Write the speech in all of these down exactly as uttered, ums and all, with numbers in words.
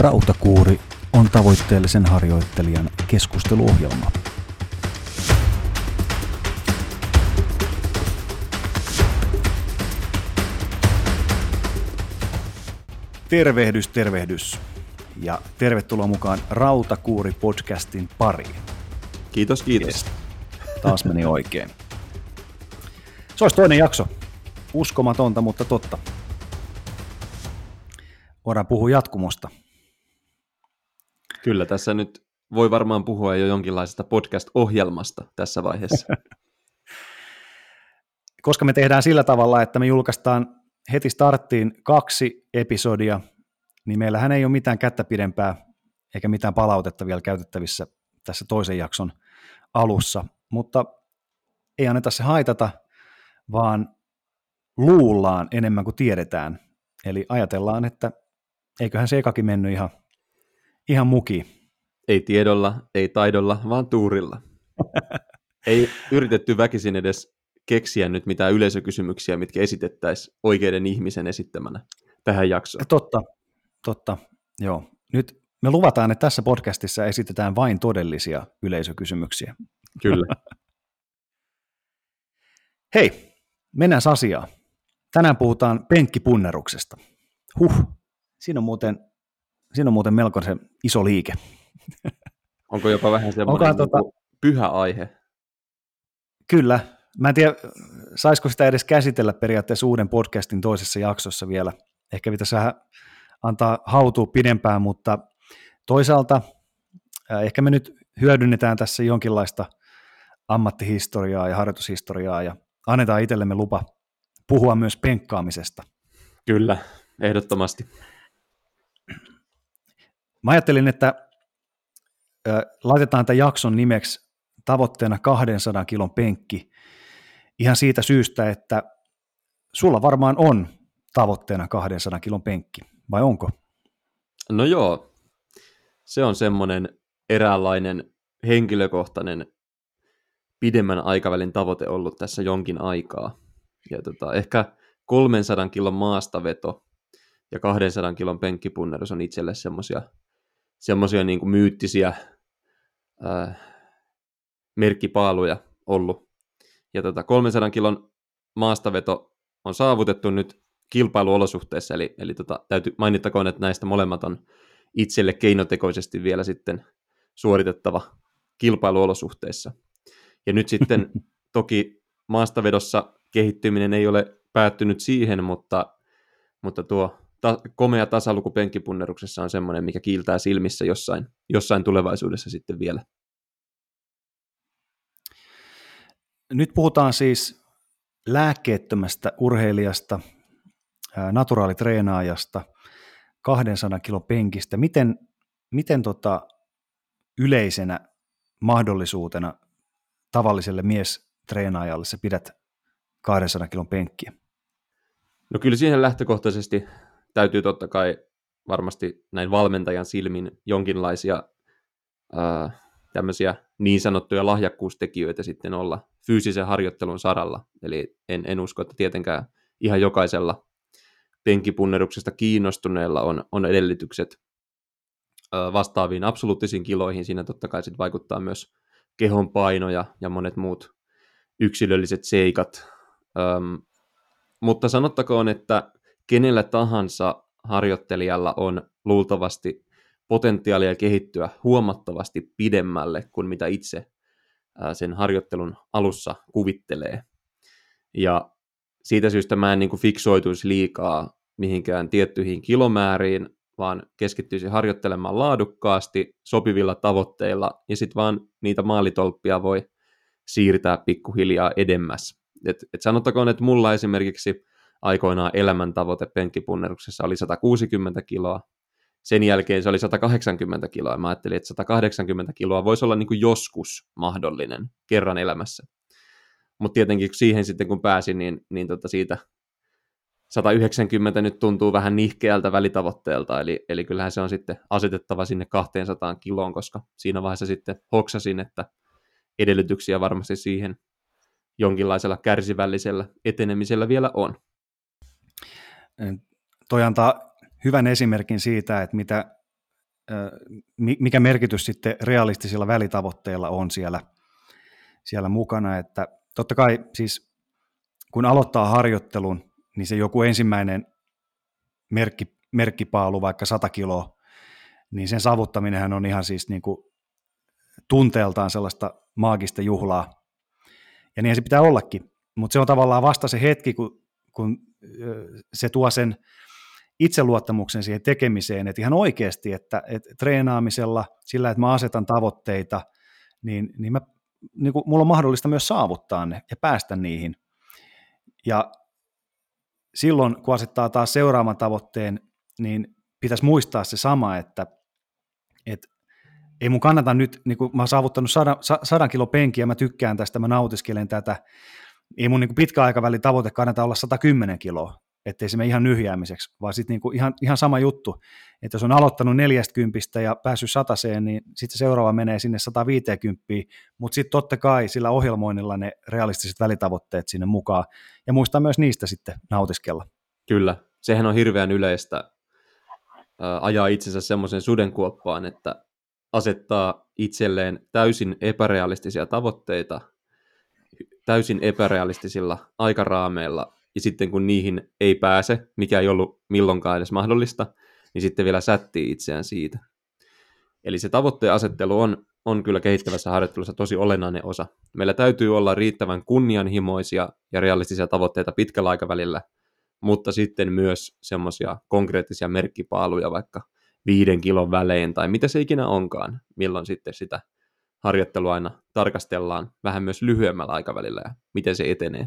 Rautakuuri on tavoitteellisen harjoittelijan keskusteluohjelma. Tervehdys, tervehdys ja tervetuloa mukaan Rautakuuri-podcastin pariin. Kiitos, kiitos. Taas meni oikein. Se olisi toinen jakso. Uskomatonta, mutta totta. Voidaan puhua jatkumosta. Kyllä, tässä nyt voi varmaan puhua jo jonkinlaisesta podcast-ohjelmasta tässä vaiheessa. Koska me tehdään sillä tavalla, että me julkaistaan heti starttiin kaksi episodia, niin meillähän ei ole mitään kättä pidempää eikä mitään palautetta vielä käytettävissä tässä toisen jakson alussa, mutta ei anneta se haitata, vaan luullaan enemmän kuin tiedetään. Eli ajatellaan, että eiköhän se ekakin mennyt ihan, ihan mukiin. Ei tiedolla, ei taidolla, vaan tuurilla. Ei yritetty väkisin edes keksiä nyt mitään yleisökysymyksiä, mitkä esitettäisiin oikeiden ihmisen esittämänä tähän jaksoon. Totta, totta, joo. Nyt me luvataan, että tässä podcastissa esitetään vain todellisia yleisökysymyksiä. Kyllä. Hei, mennään asiaan. Tänään puhutaan penkkipunneruksesta. Huh, siinä on muuten, siinä on muuten melkoisen iso liike. Onko jopa vähän semmoinen niin tota... pyhä aihe? Kyllä. Mä en tiedä, saisiko sitä edes käsitellä periaatteessa uuden podcastin toisessa jaksossa vielä. Ehkä pitäisi antaa hautua pidempään, mutta toisaalta ehkä me nyt hyödynnetään tässä jonkinlaista ammattihistoriaa ja harjoitushistoriaa ja annetaan itsellemme lupa puhua myös penkkaamisesta. Kyllä, ehdottomasti. Mä ajattelin, että laitetaan tämän jakson nimeksi tavoitteena kahdensadan kilon penkki ihan siitä syystä, että sulla varmaan on tavoitteena kahdensadan kilon penkki, vai onko? No joo, se on semmoinen eräänlainen henkilökohtainen pidemmän aikavälin tavoite ollut tässä jonkin aikaa. Ja tota, ehkä kolmensadan kilon maastaveto ja kahdensadan kilon penkkipunnerus on itselle semmoisia semmoisia niin kuin myyttisiä ää, merkkipaaluja ollut. Ja tota, kolmensadan kilon maastaveto on saavutettu nyt kilpailuolosuhteissa, eli, eli tota, täytyy mainittakoon, että näistä molemmat on itselle keinotekoisesti vielä sitten suoritettava kilpailuolosuhteissa. Ja nyt sitten toki maastavedossa kehittyminen ei ole päättynyt siihen, mutta, mutta tuo ta- komea tasaluku penkkipunneruksessa on semmoinen, mikä kiiltää silmissä jossain, jossain tulevaisuudessa sitten vielä. Nyt puhutaan siis lääkkeettömästä urheilijasta, naturaalitreenaajasta, kahdensadan kilon penkistä. Miten, miten tota yleisenä mahdollisuutena tavalliselle miestreenaajalle sä pidät kahdensadan kilon penkkiä? No kyllä siihen lähtökohtaisesti täytyy totta kai varmasti näin valmentajan silmin jonkinlaisia ää, tämmöisiä niin sanottuja lahjakkuustekijöitä sitten olla fyysisen harjoittelun saralla. Eli en, en usko, että tietenkään ihan jokaisella penkkipunneruksesta kiinnostuneella on, on edellytykset ää, vastaaviin absoluuttisiin kiloihin. Siinä totta kai sitten vaikuttaa myös kehon paino ja, ja monet muut yksilölliset seikat. Öm, mutta sanottakoon, että kenellä tahansa harjoittelijalla on luultavasti potentiaalia kehittyä huomattavasti pidemmälle kuin mitä itse sen harjoittelun alussa kuvittelee. Ja siitä syystä mä en niin kuin fiksoituisi liikaa mihinkään tiettyihin kilomääriin, vaan keskittyisi harjoittelemaan laadukkaasti, sopivilla tavoitteilla, ja sitten vaan niitä maalitolppia voi siirtää pikkuhiljaa edemmäs. Et, et sanottakoon, että mulla esimerkiksi aikoinaan elämäntavoite penkkipunneruksessa oli sata kuusikymmentä kiloa, sen jälkeen se oli sata kahdeksankymmentä kiloa, ja mä ajattelin, että sata kahdeksankymmentä kiloa voisi olla niin kuin joskus mahdollinen kerran elämässä. Mutta tietenkin siihen sitten kun pääsin, niin, niin tota siitä sata yhdeksänkymmentä nyt tuntuu vähän nihkeältä välitavoitteelta, eli, eli kyllähän se on sitten asetettava sinne kaksisataa kiloon, koska siinä vaiheessa sitten hoksasin, että edellytyksiä varmasti siihen jonkinlaisella kärsivällisellä etenemisellä vielä on. Toi antaa hyvän esimerkin siitä, että mitä mikä merkitys sitten realistisilla välitavoitteilla on siellä, siellä mukana, että totta kai siis kun aloittaa harjoittelun, niin se joku ensimmäinen merkki, merkkipaalu, vaikka sata kiloa, niin sen saavuttaminenhan on ihan siis niin kuin tunteeltaan sellaista maagista juhlaa, ja niin se pitää ollakin, mutta se on tavallaan vasta se hetki, kun, kun se tuo sen itseluottamuksen siihen tekemiseen, että ihan oikeasti, että, että treenaamisella, sillä, että mä asetan tavoitteita, niin, niin, mä, niin kuin mulla on mahdollista myös saavuttaa ne ja päästä niihin. Ja silloin, kun asettaa taas seuraavan tavoitteen, niin pitäisi muistaa se sama, että, että ei mun kannata nyt, niin kuin mä oon saavuttanut sadan, sadan kilo penkiä, mä tykkään tästä, mä nautiskelen tätä, ei mun niin kuin pitkä aikavälin tavoite kannata olla sata kymmenen kiloa, ettei se mene ihan nyhjäämiseksi, vaan sitten niinku ihan, ihan sama juttu, että jos on aloittanut neljästäkympistä ja päässyt sataseen, niin sitten seuraava menee sinne sata viisikymmentä, mutta sitten totta kai sillä ohjelmoinnilla ne realistiset välitavoitteet sinne mukaan, ja muistaa myös niistä sitten nautiskella. Kyllä, sehän on hirveän yleistä ää, ajaa itsensä semmoisen sudenkuoppaan, että asettaa itselleen täysin epärealistisia tavoitteita, täysin epärealistisilla aikaraameilla, ja sitten kun niihin ei pääse, mikä ei ollut milloinkaan edes mahdollista, niin sitten vielä sättii itseään siitä. Eli se tavoitteen asettelu on, on kyllä kehittävässä harjoittelussa tosi olennainen osa. Meillä täytyy olla riittävän kunnianhimoisia ja realistisia tavoitteita pitkällä aikavälillä, mutta sitten myös semmoisia konkreettisia merkkipaaluja vaikka viiden kilon välein tai mitä se ikinä onkaan, milloin sitten sitä harjoittelua aina tarkastellaan vähän myös lyhyemmällä aikavälillä ja miten se etenee.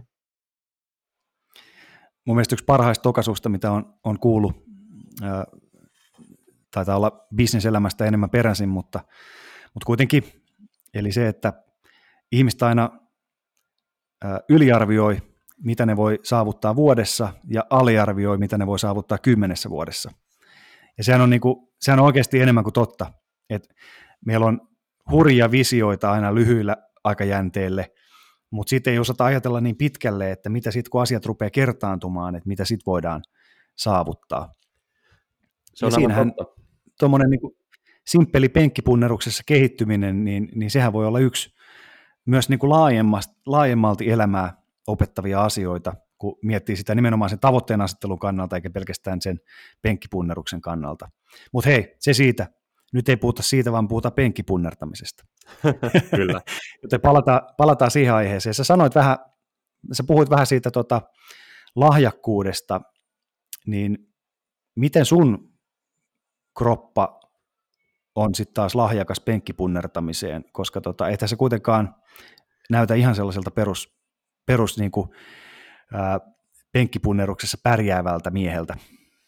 Mun mielestä yksi parhaista tokaisusta, mitä on, on kuullut, ää, taitaa olla bisneselämästä enemmän peräisin, mutta, mutta kuitenkin, eli se, että ihmiset aina ää, yliarvioi, mitä ne voi saavuttaa vuodessa, ja aliarvioi, mitä ne voi saavuttaa kymmenessä vuodessa. Ja sehän on, niin kuin, sehän on oikeasti enemmän kuin totta, että meillä on hurjia visioita aina lyhyillä aikajänteille, mutta sitten ei osata ajatella niin pitkälle, että mitä sitten kun asiat rupeaa kertaantumaan, että mitä sitten voidaan saavuttaa. Se on ja siinähän tuommoinen niin simppeli penkkipunneruksessa kehittyminen, niin, niin sehän voi olla yksi myös niin kuin laajemmalti elämää opettavia asioita, kun miettii sitä nimenomaan sen tavoitteen asettelun kannalta, eikä pelkästään sen penkkipunneruksen kannalta. Mutta hei, se siitä. Nyt ei puhuta siitä, vaan puhutaan penkkipunnertamisesta. Kyllä. Joten palataan, palataan siihen aiheeseen. Sä sanoit vähän, sä puhuit vähän siitä tota, lahjakkuudesta, niin miten sun kroppa on sitten taas lahjakas penkkipunnertamiseen, koska tota, eihän se kuitenkaan näytä ihan sellaiselta perus, perus niin kuin, ää, penkkipunneruksessa pärjäävältä mieheltä.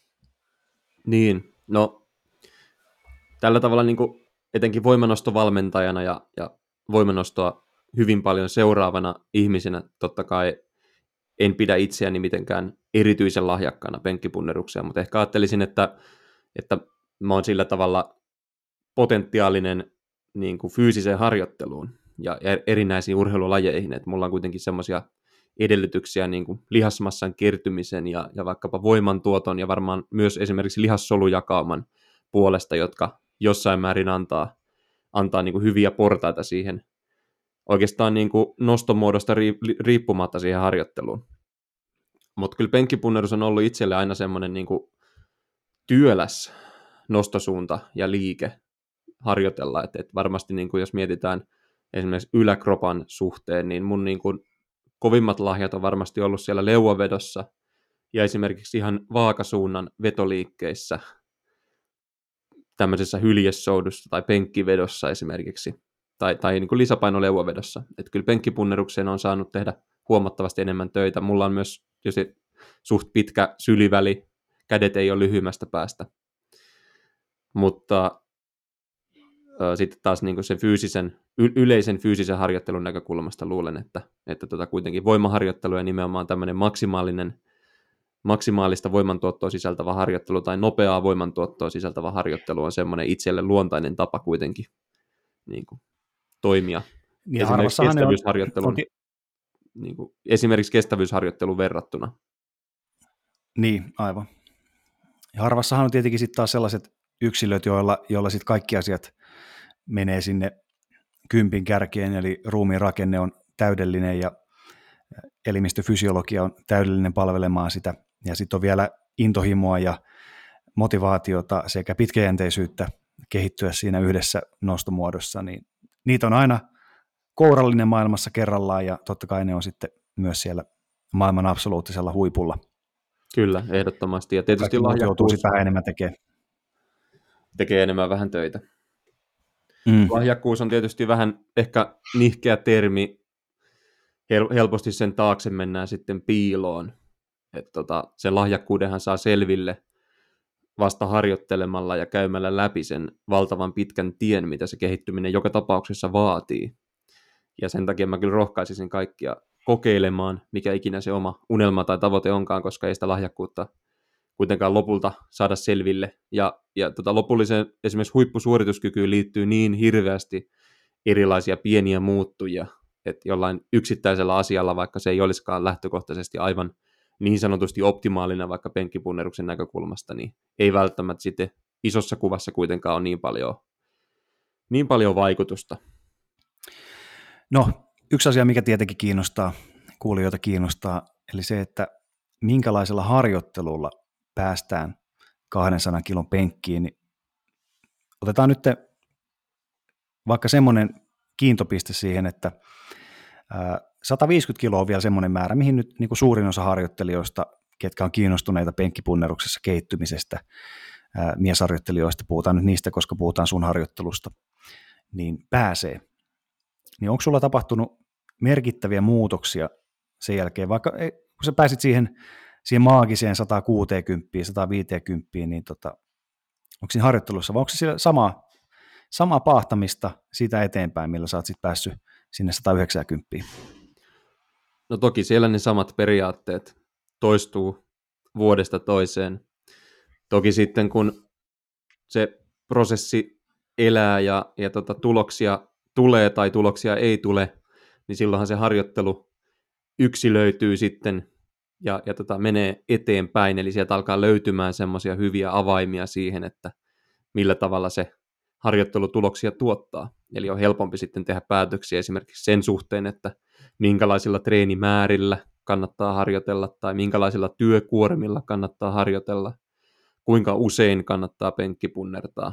Niin, no tällä tavalla niin kuin etenkin voimanostovalmentajana ja, ja voimanostoa hyvin paljon seuraavana ihmisenä totta kai en pidä itseäni mitenkään erityisen lahjakkaana penkkipunnerukseen, mutta ehkä ajattelisin, että, että mä oon sillä tavalla potentiaalinen niin kuin fyysiseen harjoitteluun ja erinäisiin urheilulajeihin, että mulla on kuitenkin semmoisia edellytyksiä niin kuin lihasmassan kertymisen ja, ja vaikkapa voimantuoton ja varmaan myös esimerkiksi lihassolujakauman puolesta, jotka jossain määrin antaa, antaa niin kuin hyviä portaita siihen oikeastaan niin kuin nostomuodosta riippumatta siihen harjoitteluun. Mutta kyllä penkkipunnerus on ollut itselle aina semmoinen niin kuin työläs nostosuunta ja liike harjoitella, että et varmasti niin kuin jos mietitään esimerkiksi yläkropan suhteen, niin mun niin kuin kovimmat lahjat on varmasti ollut siellä leuavedossa ja esimerkiksi ihan vaakasuunnan vetoliikkeissä, tämmöisessä hyljesoudussa tai penkkivedossa esimerkiksi, tai, tai niin kuin lisäpainoleuavedossa. Että kyllä penkkipunnerukseen on saanut tehdä huomattavasti enemmän töitä. Mulla on myös suht pitkä syliväli, kädet ei ole lyhyimmästä päästä. Mutta äh, sitten taas niin kuin sen fyysisen, y- yleisen fyysisen harjoittelun näkökulmasta luulen, että, että tota kuitenkin voimaharjoittelu ja nimenomaan tämmöinen maksimaalinen maksimaalista voimantuottoa sisältävä harjoittelu tai nopeaa voimantuottoa sisältävä harjoittelu on semmoinen itselle luontainen tapa kuitenkin niin kuin, toimia. Ja esimerkiksi, kestävyysharjoittelun, on... niin kuin, esimerkiksi kestävyysharjoittelun verrattuna. Niin, aivan. Ja harvassahan on tietenkin sitten taas sellaiset yksilöt, joilla, joilla sitten kaikki asiat menee sinne kympin kärkeen, eli ruumiin rakenne on täydellinen ja elimistöfysiologia on täydellinen palvelemaan sitä, ja sitten on vielä intohimoa ja motivaatiota sekä pitkäjänteisyyttä kehittyä siinä yhdessä nostomuodossa, niin niitä on aina kourallinen maailmassa kerrallaan, ja totta kai ne on sitten myös siellä maailman absoluuttisella huipulla. Kyllä, ehdottomasti, ja tietysti lahjakkuus vähän enemmän tekee. tekee enemmän vähän töitä. Mm. Lahjakkuus on tietysti vähän ehkä nihkeä termi, Hel- helposti sen taakse mennään sitten piiloon. Et tota, sen lahjakkuudenhan saa selville vasta harjoittelemalla ja käymällä läpi sen valtavan pitkän tien, mitä se kehittyminen joka tapauksessa vaatii. Ja sen takia mä kyllä rohkaisisin kaikkia kokeilemaan, mikä ikinä se oma unelma tai tavoite onkaan, koska ei sitä lahjakkuutta kuitenkaan lopulta saada selville. Ja, ja tota, lopulliseen esimerkiksi huippusuorituskykyyn liittyy niin hirveästi erilaisia pieniä muuttujia, että jollain yksittäisellä asialla, vaikka se ei olisikaan lähtökohtaisesti aivan niin sanotusti optimaalinen vaikka penkkipunneruksen näkökulmasta, niin ei välttämättä sitten isossa kuvassa kuitenkaan ole niin paljon, niin paljon vaikutusta. No, yksi asia, mikä tietenkin kiinnostaa, kuulijoita kiinnostaa, eli se, että minkälaisella harjoittelulla päästään kahdensadan kilon penkkiin, niin otetaan nyt vaikka semmoinen kiintopiste siihen, että sata viisikymmentä kiloa on vielä semmoinen määrä, mihin nyt niin kuin suurin osa harjoittelijoista, ketkä on kiinnostuneita penkkipunneruksessa kehittymisestä, miesharjoittelijoista, puhutaan nyt niistä, koska puhutaan sun harjoittelusta, niin pääsee. Niin onko sulla tapahtunut merkittäviä muutoksia sen jälkeen, vaikka kun sä pääsit siihen, siihen maagiseen sata kuusikymmentä, sata viisikymmentä, niin tota, onko siinä harjoittelussa, vai onko se siellä samaa, samaa paahtamista siitä eteenpäin, millä sä oot sitten päässyt sinne sata yhdeksänkymmentä? No toki siellä ne samat periaatteet toistuu vuodesta toiseen. Toki sitten kun se prosessi elää ja, ja tota, tuloksia tulee tai tuloksia ei tule, niin silloinhan se harjoittelu yksilöityy sitten ja, ja tota, menee eteenpäin, eli sieltä alkaa löytymään semmoisia hyviä avaimia siihen, että millä tavalla se harjoittelutuloksia tuottaa. Eli on helpompi sitten tehdä päätöksiä esimerkiksi sen suhteen, että minkälaisilla treenimäärillä kannattaa harjoitella tai minkälaisilla työkuormilla kannattaa harjoitella, kuinka usein kannattaa penkkipunnertaa.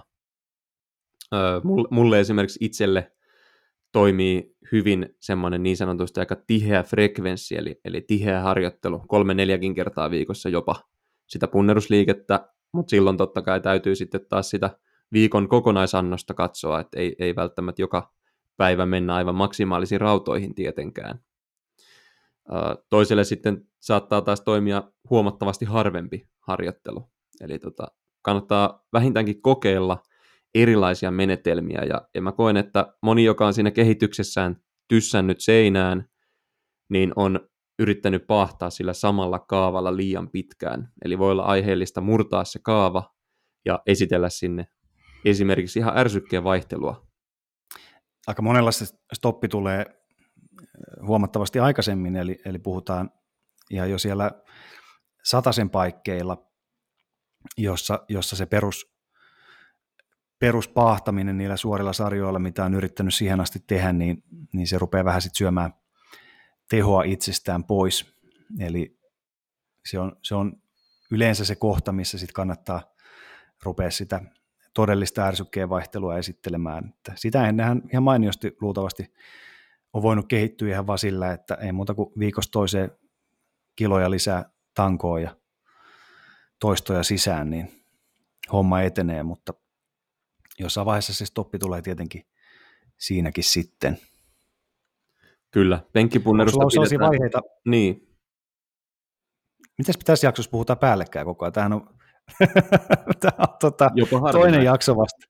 Mulle esimerkiksi itselle toimii hyvin semmoinen niin sanotusti aika tiheä frekvenssi, eli, eli tiheä harjoittelu, kolme neljäkin kertaa viikossa jopa sitä punnerusliikettä, mutta silloin totta kai täytyy sitten taas sitä viikon kokonaisannosta katsoa, että ei, ei välttämättä joka päivä mennä aivan maksimaalisiin rautoihin tietenkään. Toiselle sitten saattaa taas toimia huomattavasti harvempi harjoittelu, eli tota, kannattaa vähintäänkin kokeilla erilaisia menetelmiä, ja, ja mä koen, että moni, joka on siinä kehityksessään tyssännyt seinään, niin on yrittänyt paahtaa sillä samalla kaavalla liian pitkään. Eli voi olla aiheellista murtaa se kaava ja esitellä sinne esimerkiksi ihan ärsykkeen vaihtelua. Aika monella se stoppi tulee huomattavasti aikaisemmin, eli, eli puhutaan ihan jo siellä satasen paikkeilla, jossa, jossa se perus peruspaahtaminen niillä suorilla sarjoilla, mitä on yrittänyt siihen asti tehdä, niin, niin se rupeaa vähän sitten syömään tehoa itsestään pois. Eli se on, se on yleensä se kohta, missä sitten kannattaa rupea sitä todellista ärsykkeen vaihtelua esittelemään. Että sitä ennenhän ihan mainiosti luultavasti on voinut kehittyä ihan vaan sillä, että ei muuta kuin viikosta toiseen kiloja lisää tankoa ja toistoja sisään, niin homma etenee, mutta jossain vaiheessa se stoppi tulee tietenkin siinäkin sitten. Kyllä, penkkipunnerusta pidetään. Vaiheita. Niin. Mites tässä jaksossa puhutaan päällekkäin koko ajan? Tämähän on, Tämä on tota, toinen jakso vasta.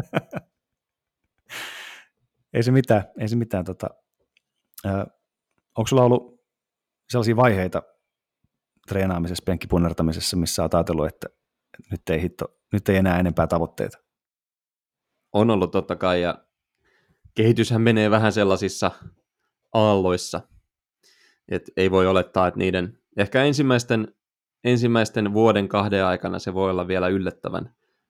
ei se mitään. Ei se mitään tota. Ö, onko sulla ollut sellaisia vaiheita treenaamisessa, penkkipunnertamisessa, missä olet ajatellut, että nyt ei, hitto, nyt ei enää enempää tavoitteita? On ollut totta kai, ja kehityshän menee vähän sellaisissa aalloissa, että ei voi olettaa, että niiden ehkä ensimmäisten, ensimmäisten vuoden kahden aikana se voi olla vielä yllättävän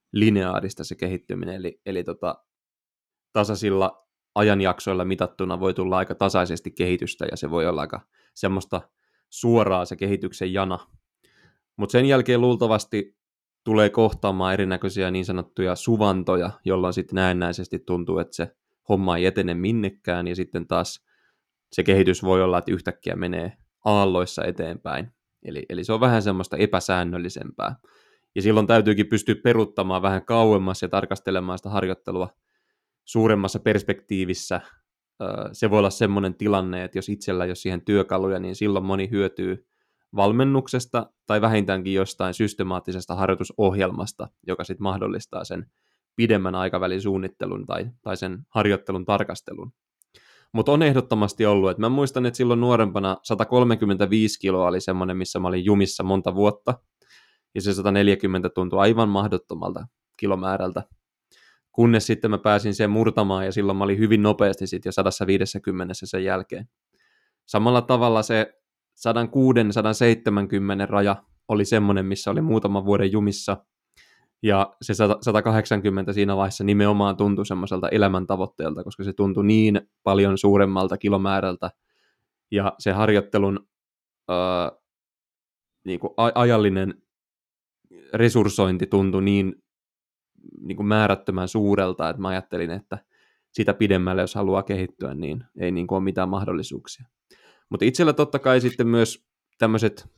lineaarista se kehittyminen, eli, eli tota, tasaisilla ajanjaksoilla mitattuna voi tulla aika tasaisesti kehitystä, ja se voi olla aika semmoista suoraa se kehityksen jana. Mutta sen jälkeen luultavasti tulee kohtaamaan erinäköisiä niin sanottuja suvantoja, jolloin sitten näennäisesti tuntuu, että se homma ei etene minnekään, ja sitten taas se kehitys voi olla, että yhtäkkiä menee aalloissa eteenpäin. Eli, eli se on vähän semmoista epäsäännöllisempää. Ja silloin täytyykin pystyä peruuttamaan vähän kauemmas ja tarkastelemaan sitä harjoittelua suuremmassa perspektiivissä. Se voi olla semmoinen tilanne, että jos itsellä ei ole siihen työkaluja, niin silloin moni hyötyy valmennuksesta tai vähintäänkin jostain systemaattisesta harjoitusohjelmasta, joka sitten mahdollistaa sen pidemmän aikavälin suunnittelun tai, tai sen harjoittelun tarkastelun. Mutta on ehdottomasti ollut, että mä muistan, että silloin nuorempana sata kolmekymmentäviisi kiloa oli semmoinen, missä mä olin jumissa monta vuotta, ja se sata neljäkymmentä tuntui aivan mahdottomalta kilomäärältä, kunnes sitten mä pääsin sen murtamaan, ja silloin mä olin hyvin nopeasti sitten jo sata viisikymmentä sen jälkeen. Samalla tavalla se sata kuusi sata seitsemänkymmentä raja oli semmoinen, missä oli muutaman vuoden jumissa, ja se sata kahdeksankymmentä siinä vaiheessa nimenomaan tuntui semmoiselta elämäntavoitteelta, koska se tuntui niin paljon suuremmalta kilomäärältä, ja se harjoittelun ää, niin kuin ajallinen resurssointi tuntui niin, niin kuin määrättömän suurelta, että mä ajattelin, että sitä pidemmälle, jos haluaa kehittyä, niin ei niin kuin ole mitään mahdollisuuksia. Mutta itsellä totta kai sitten myös tämmöiset,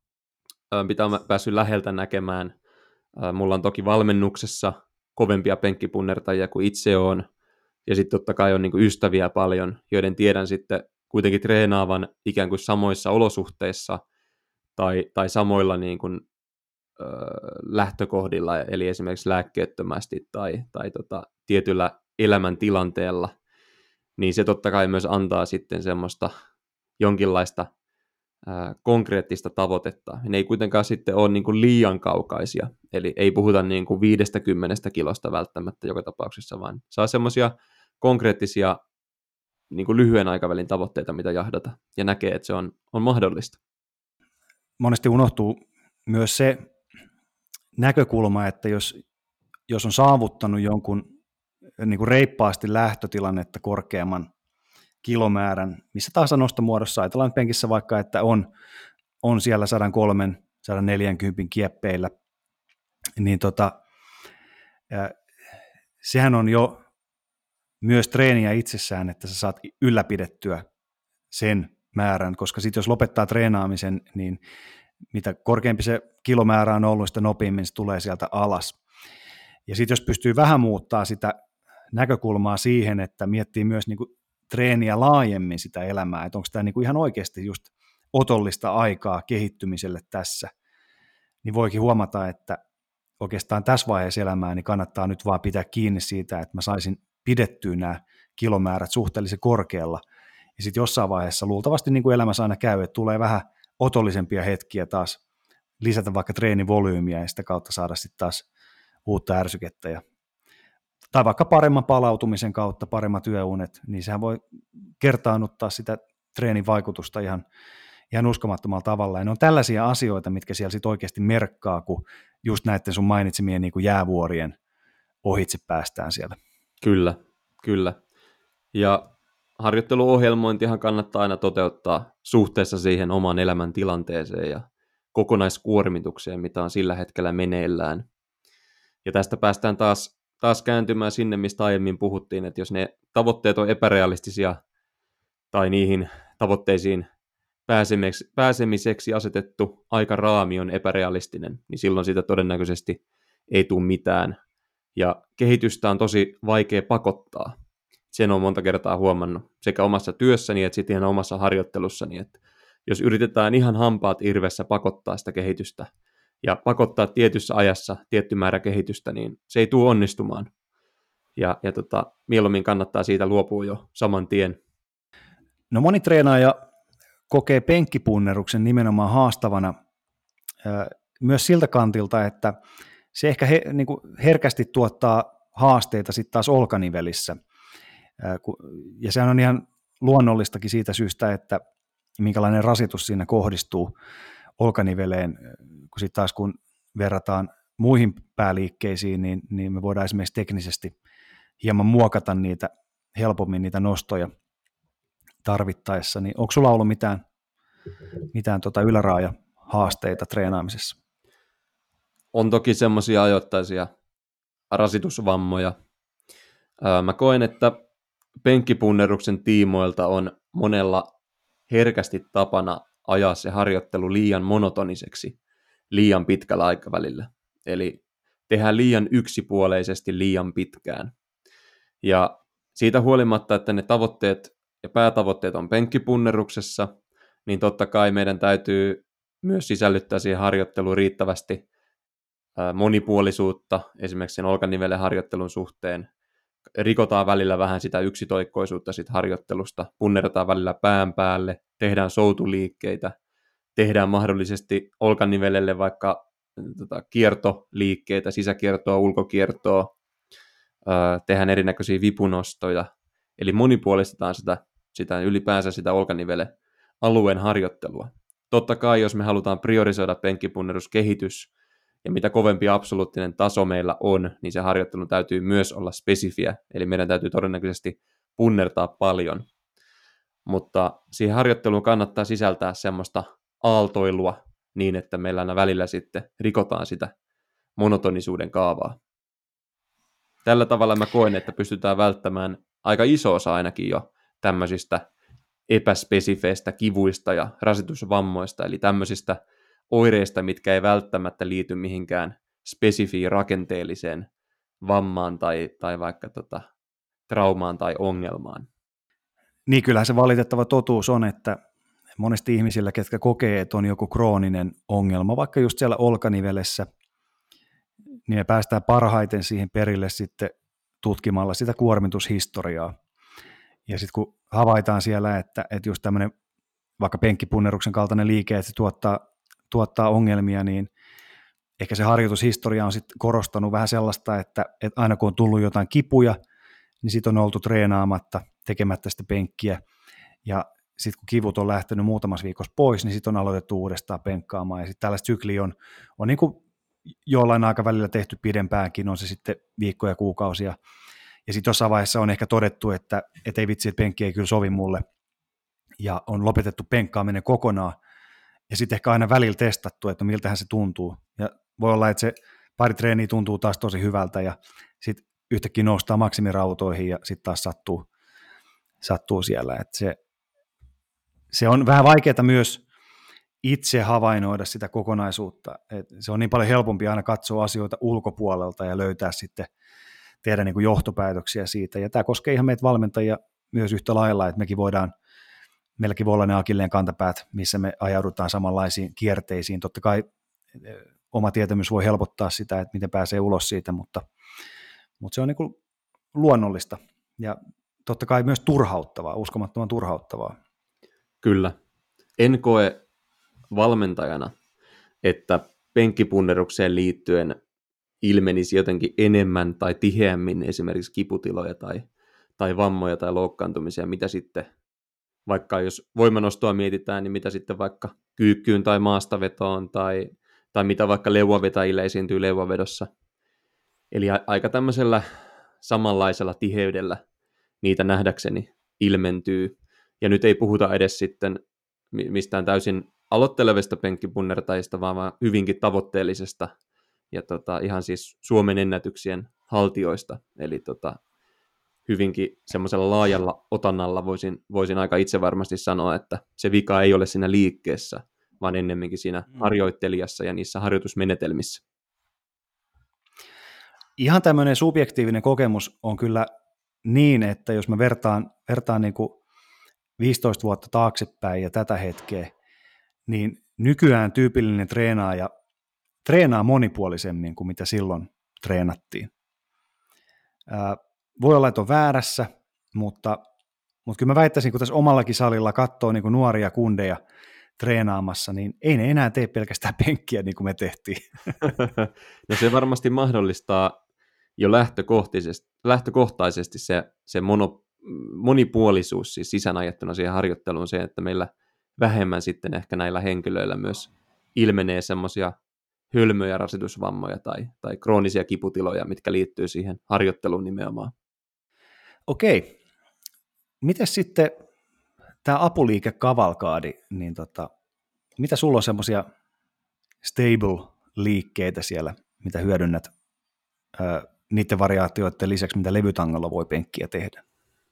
mitä olen päässyt läheltä näkemään, mulla on toki valmennuksessa kovempia penkkipunnertajia kuin itse on, ja sitten totta kai on niin kuin ystäviä paljon, joiden tiedän sitten kuitenkin treenaavan ikään kuin samoissa olosuhteissa tai, tai samoilla niin kuin, ö, lähtökohdilla, eli esimerkiksi lääkkeettömästi tai, tai tota, tietyllä elämäntilanteella, niin se totta kai myös antaa sitten semmoista jonkinlaista ää, konkreettista tavoitetta. Ne ei kuitenkaan sitten ole niin kuin liian kaukaisia, eli ei puhuta niin kuin viisikymmentä kilosta välttämättä joka tapauksessa, vaan saa semmoisia konkreettisia niin kuin lyhyen aikavälin tavoitteita, mitä jahdata, ja näkee, että se on, on mahdollista. Monesti unohtuu myös se näkökulma, että jos, jos on saavuttanut jonkun niin kuin reippaasti lähtötilannetta korkeamman kilomäärän, missä tahansa nostomuodossa, ajatellaan penkissä vaikka, että on, on siellä sata kolme sata neljäkymmentä kieppeillä, niin tota, sehän on jo myös treeniä itsessään, että sä saat ylläpidettyä sen määrän, koska sitten jos lopettaa treenaamisen, niin mitä korkeampi se kilomäärä on ollut, sitä nopeammin se tulee sieltä alas. Ja sitten jos pystyy vähän muuttaa sitä näkökulmaa siihen, että miettii myös niin kuin treeniä laajemmin sitä elämää, että onko tämä niin kuin ihan oikeasti just otollista aikaa kehittymiselle tässä, niin voikin huomata, että oikeastaan tässä vaiheessa elämää niin kannattaa nyt vaan pitää kiinni siitä, että mä saisin pidettyä nämä kilomäärät suhteellisen korkealla. Ja sitten jossain vaiheessa luultavasti niin kuin elämässä aina käy, että tulee vähän otollisempia hetkiä taas lisätä vaikka treenivolyymiä ja sitä kautta saada sitten taas uutta ärsykettä. Ja, tai vaikka paremman palautumisen kautta, paremmat yöunet, niin sehän voi kertaannuttaa sitä treenin vaikutusta ihan, ihan uskomattomalla tavalla. Ja ne on tällaisia asioita, mitkä siellä sitten oikeasti merkkaa, kun just näiden sun mainitsemien niin kuin jäävuorien ohitse päästään siellä. Kyllä, kyllä. Ja harjoitteluohjelmointihan kannattaa aina toteuttaa suhteessa siihen oman elämän tilanteeseen ja kokonaiskuormitukseen, mitä on sillä hetkellä meneillään. Ja tästä päästään taas, taas kääntymään sinne, mistä aiemmin puhuttiin, että jos ne tavoitteet on epärealistisia tai niihin tavoitteisiin pääsemiseksi, pääsemiseksi asetettu aikaraami on epärealistinen, niin silloin siitä todennäköisesti ei tule mitään. Ja kehitystä on tosi vaikea pakottaa. Sen on monta kertaa huomannut sekä omassa työssäni että sitten ihan omassa harjoittelussani, että jos yritetään ihan hampaat irvessä pakottaa sitä kehitystä ja pakottaa tietyssä ajassa tietty määrä kehitystä, niin se ei tule onnistumaan. Ja, ja tota, mieluummin kannattaa siitä luopua jo saman tien. No moni treenaaja kokee penkkipunneruksen nimenomaan haastavana myös siltä kantilta, että se ehkä he, niin kuin herkästi tuottaa haasteita sitten taas olkanivelissä. Ja sehän on ihan luonnollistakin siitä syystä, että minkälainen rasitus siinä kohdistuu olkaniveleen, kun sitten taas kun verrataan muihin pääliikkeisiin, niin, niin me voidaan esimerkiksi teknisesti hieman muokata niitä helpommin, niitä nostoja tarvittaessa. Niin onko sulla ollut mitään, mitään tota yläraaja-haasteita treenaamisessa? On toki semmoisia ajoittaisia rasitusvammoja. Mä koen, että penkkipunneruksen tiimoilta on monella herkästi tapana ajaa se harjoittelu liian monotoniseksi liian pitkällä aikavälillä. Eli tehdään liian yksipuoleisesti liian pitkään. Ja siitä huolimatta, että ne tavoitteet ja päätavoitteet on penkkipunneruksessa, niin totta kai meidän täytyy myös sisällyttää siihen harjoitteluun riittävästi monipuolisuutta, esimerkiksi sen olkanivelen harjoittelun suhteen. Rikotaan välillä vähän sitä yksitoikkoisuutta sit harjoittelusta, punnerrataan välillä pään päälle, tehdään soutuliikkeitä, tehdään mahdollisesti olkanivelelle vaikka tota, kiertoliikkeitä, sisäkiertoa, ulkokiertoa, äh, tehdään erinäköisiä vipunostoja, eli monipuolistetaan sitä, sitä ylipäänsä sitä olkanivelen alueen harjoittelua. Totta kai, jos me halutaan priorisoida penkkipunneruskehitys, ja mitä kovempi absoluuttinen taso meillä on, niin se harjoittelu täytyy myös olla spesifiä, eli meidän täytyy todennäköisesti punnertaa paljon. Mutta siihen harjoitteluun kannattaa sisältää semmoista aaltoilua niin, että meillä aina välillä sitten rikotaan sitä monotonisuuden kaavaa. Tällä tavalla mä koen, että pystytään välttämään aika iso osa ainakin jo tämmöisistä epäspesifeistä kivuista ja rasitusvammoista, eli tämmöisistä oireista, mitkä ei välttämättä liity mihinkään spesifiin rakenteelliseen vammaan tai, tai vaikka tota, traumaan tai ongelmaan. Niin kyllähän se valitettava totuus on, että monesti ihmisillä, ketkä kokee, että on joku krooninen ongelma, vaikka just siellä olkanivelessä, niin me päästään parhaiten siihen perille sitten tutkimalla sitä kuormitushistoriaa. Ja sitten kun havaitaan siellä, että, että just tämmöinen vaikka penkkipunneruksen kaltainen liike, että se tuottaa, tuottaa ongelmia, niin ehkä se harjoitushistoria on sitten korostanut vähän sellaista, että, että aina kun on tullut jotain kipuja, niin sitten on oltu treenaamatta, tekemättä sitä penkkiä, ja sitten kun kivut on lähtenyt muutamassa viikossa pois, niin sitten on aloitettu uudestaan penkkaamaan, ja sitten tällaista sykliä on, on niin kuin jollain aikavälillä tehty pidempäänkin, on se sitten viikkoja, kuukausia, ja sitten jossain vaiheessa on ehkä todettu, että et ei vitsi, että penkki ei kyllä sovi mulle, ja on lopetettu penkkaaminen kokonaan, ja sitten ehkä aina välillä testattu, että miltähän se tuntuu, ja voi olla, että se pari treeniä tuntuu taas tosi hyvältä, ja sitten yhtäkkiä noustaa maksimirautoihin, ja sitten taas sattuu, sattuu siellä, että se, se on vähän vaikeaa myös itse havainnoida sitä kokonaisuutta, että se on niin paljon helpompi aina katsoa asioita ulkopuolelta ja löytää sitten, tehdä niin kuin johtopäätöksiä siitä, ja tämä koskee ihan meitä valmentajia myös yhtä lailla, että mekin voidaan, meilläkin voi olla ne akilleen kantapäät, missä me ajaudutaan samanlaisiin kierteisiin, totta kai oma tietämys voi helpottaa sitä, että miten pääsee ulos siitä, mutta, mutta se on niin kuin luonnollista, ja totta kai myös turhauttavaa, uskomattoman turhauttavaa. Kyllä. En koe valmentajana, että penkkipunnerukseen liittyen ilmenisi jotenkin enemmän tai tiheämmin esimerkiksi kiputiloja tai, tai vammoja tai loukkaantumisia, mitä sitten, vaikka jos voimanostoa mietitään, niin mitä sitten vaikka kyykkyyn tai maastavetoon tai, tai mitä vaikka leuavetäjille esiintyy leuavedossa. Eli a- aika tämmöisellä samanlaisella tiheydellä niitä nähdäkseni ilmentyy. Ja nyt ei puhuta edes sitten mistään täysin aloittelevista penkkipunnertajista, vaan hyvinkin tavoitteellisesta ja tota, ihan siis Suomen ennätyksien haltijoista. Eli tota, hyvinkin semmoisella laajalla otannalla voisin, voisin aika itse varmasti sanoa, että se vika ei ole siinä liikkeessä, vaan ennemminkin siinä harjoittelijassa ja niissä harjoitusmenetelmissä. Ihan tämmöinen subjektiivinen kokemus on kyllä niin, että jos mä vertaan, vertaan niin kuin viisitoista vuotta taaksepäin ja tätä hetkeä, niin nykyään tyypillinen treenaaja treenaa monipuolisemmin kuin mitä silloin treenattiin. Ää, voi olla, että on väärässä, mutta, mutta kyllä mä väittäisin, kun tässä omallakin salilla katsoo niin kuin nuoria kundeja treenaamassa, niin ei ne enää tee pelkästään penkkiä niin kuin me tehtiin. No se varmasti mahdollistaa jo lähtökohtaisesti, lähtökohtaisesti se, se mono, monipuolisuus siis sisäänajettuna siihen harjoitteluun, se, että meillä vähemmän sitten ehkä näillä henkilöillä myös ilmenee semmoisia hölmöjä rasitusvammoja tai, tai kroonisia kiputiloja, mitkä liittyy siihen harjoitteluun nimenomaan. Okei. Miten sitten tämä apuliikekavalkaadi, niin tota, mitä sulla on semmoisia stable-liikkeitä siellä, mitä hyödynnät ää, niiden variaatioiden lisäksi, mitä levytangolla voi penkkiä tehdä?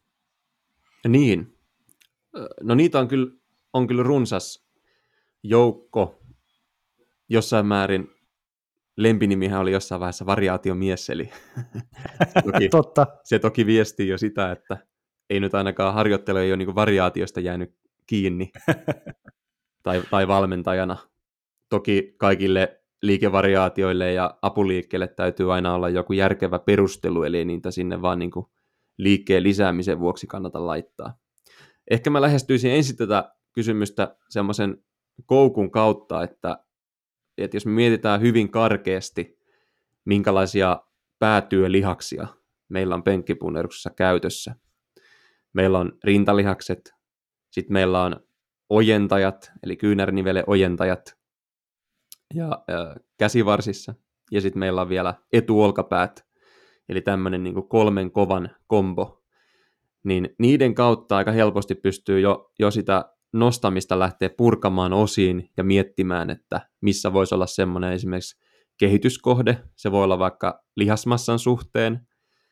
Niin. No niitä on kyllä, on kyllä runsas joukko. Jossain määrin lempinimihän oli jossain vaiheessa variaatiomies, eli se, toki, Totta. se toki viestii jo sitä, että ei nyt ainakaan harjoittelu ei ole niin variaatiosta jäänyt kiinni tai, tai valmentajana. Toki kaikille liikevariaatioille ja apuliikkeille täytyy aina olla joku järkevä perustelu, eli niitä sinne vaan niin liikkeen lisäämisen vuoksi kannata laittaa. Ehkä mä lähestyisin ensin tätä kysymystä semmoisen koukun kautta, että, että jos me mietitään hyvin karkeasti, minkälaisia päätyölihaksia meillä on penkkipunneruksessa käytössä. Meillä on rintalihakset, sitten meillä on ojentajat, eli kyynärnivelen ojentajat ja äh, käsivarsissa, ja sitten meillä on vielä etuolkapäät, eli tämmöinen niin kuin kolmen kovan kombo, niin niiden kautta aika helposti pystyy jo, jo sitä nostamista lähteä purkamaan osiin ja miettimään, että missä voisi olla semmoinen esimerkiksi kehityskohde, se voi olla vaikka lihasmassan suhteen.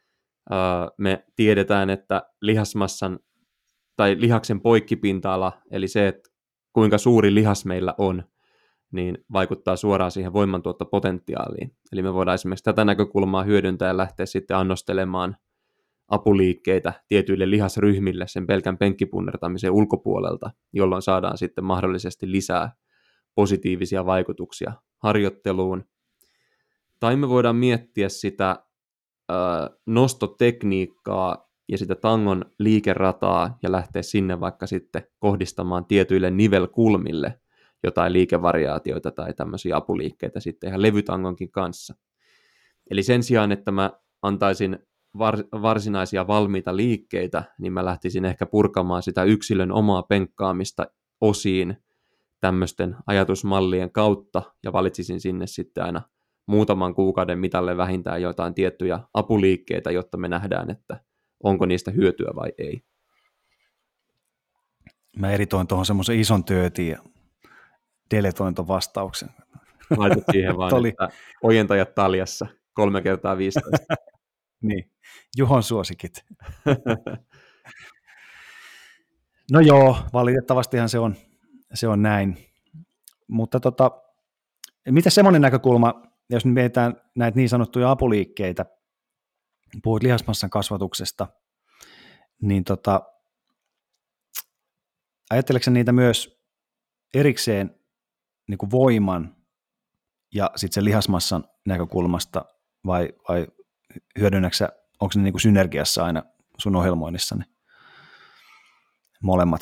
Me tiedetään, että lihasmassan tai lihaksen poikkipinta-ala, eli se, että kuinka suuri lihas meillä on, niin vaikuttaa suoraan siihen voimantuottopotentiaaliin. Eli me voidaan esimerkiksi tätä näkökulmaa hyödyntää ja lähteä sitten annostelemaan apuliikkeitä tietyille lihasryhmille sen pelkän penkkipunnertamisen ulkopuolelta, jolloin saadaan sitten mahdollisesti lisää positiivisia vaikutuksia harjoitteluun. Tai me voidaan miettiä sitä ö, nostotekniikkaa ja sitä tangon liikerataa ja lähteä sinne vaikka sitten kohdistamaan tietyille nivelkulmille jotain liikevariaatioita tai tämmöisiä apuliikkeitä sitten ihan levytangonkin kanssa. Eli sen sijaan, että mä antaisin varsinaisia valmiita liikkeitä, niin mä lähtisin ehkä purkamaan sitä yksilön omaa penkkaamista osiin tämmöisten ajatusmallien kautta ja valitsisin sinne sitten aina muutaman kuukauden mitalle vähintään jotain tiettyjä apuliikkeitä, jotta me nähdään, että onko niistä hyötyä vai ei. Mä editoin tuohon semmoisen ison töötin ja deletoin tuon vastauksen. Laitat siihen vaan, Toli. Että ojentajat taljassa kolme kertaa viisitoista. Niin, Juhon suosikit. No joo, valitettavastihan se on, se on näin. Mutta tota, mitä semmoinen näkökulma, jos nyt mietitään näitä niin sanottuja apuliikkeitä, puhuit lihasmassan kasvatuksesta, niin tota, ajatteleksä niitä myös erikseen niin kuin voiman ja sitten sen lihasmassan näkökulmasta, vai, vai hyödynnäksä, onko ne niin kuin synergiassa aina sun ohjelmoinnissani molemmat?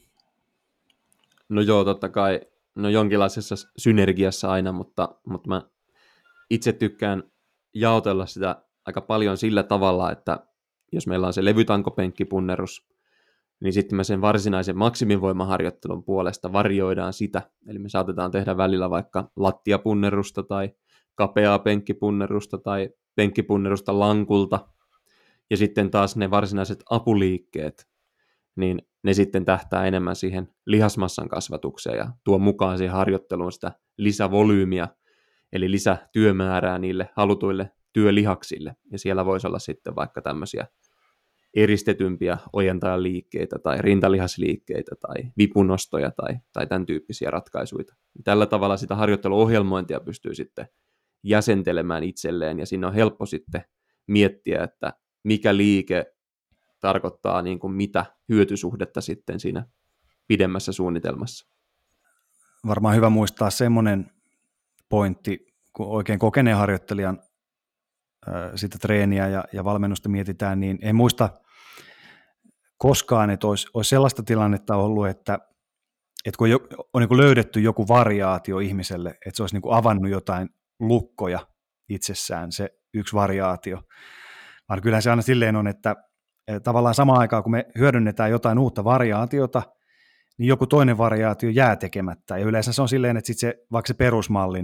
No joo, totta kai, no jonkinlaisessa synergiassa aina, mutta, mutta mä itse tykkään jaotella sitä aika paljon sillä tavalla, että jos meillä on se levytankopenkkipunnerus, niin sitten me sen varsinaisen maksimivoimaharjoittelun puolesta varjoidaan sitä, eli me saatetaan tehdä välillä vaikka lattiapunnerusta tai kapeaa penkkipunnerusta tai penkkipunnerusta lankulta, ja sitten taas ne varsinaiset apuliikkeet, niin ne sitten tähtää enemmän siihen lihasmassan kasvatukseen ja tuo mukaan siihen harjoitteluun sitä lisävolyymiä, eli lisätyömäärää niille halutuille työlihaksille, ja siellä voisi olla sitten vaikka tämmöisiä eristetympiä ojentajan liikkeitä tai rintalihasliikkeitä tai vipunostoja tai, tai tämän tyyppisiä ratkaisuja. Tällä tavalla sitä harjoitteluohjelmointia pystyy sitten jäsentelemään itselleen, ja siinä on helppo sitten miettiä, että mikä liike tarkoittaa niin kuin mitä hyötysuhdetta sitten siinä pidemmässä suunnitelmassa. Varmaan hyvä muistaa semmoinen pointti, kun oikein kokeneen harjoittelijan ää, sitä treeniä ja, ja valmennusta mietitään, niin en muista koskaan, että olisi, olisi sellaista tilannetta ollut, että, että kun on niin kuin löydetty joku variaatio ihmiselle, että se olisi niin kuin avannut jotain lukkoja itsessään, se yksi variaatio, vaan kyllähän se aina silleen on, että tavallaan samaan aikaan, kun me hyödynnetään jotain uutta variaatiota, niin joku toinen variaatio jää tekemättä. Ja yleensä se on silleen, että sit se, vaikka se perusmallin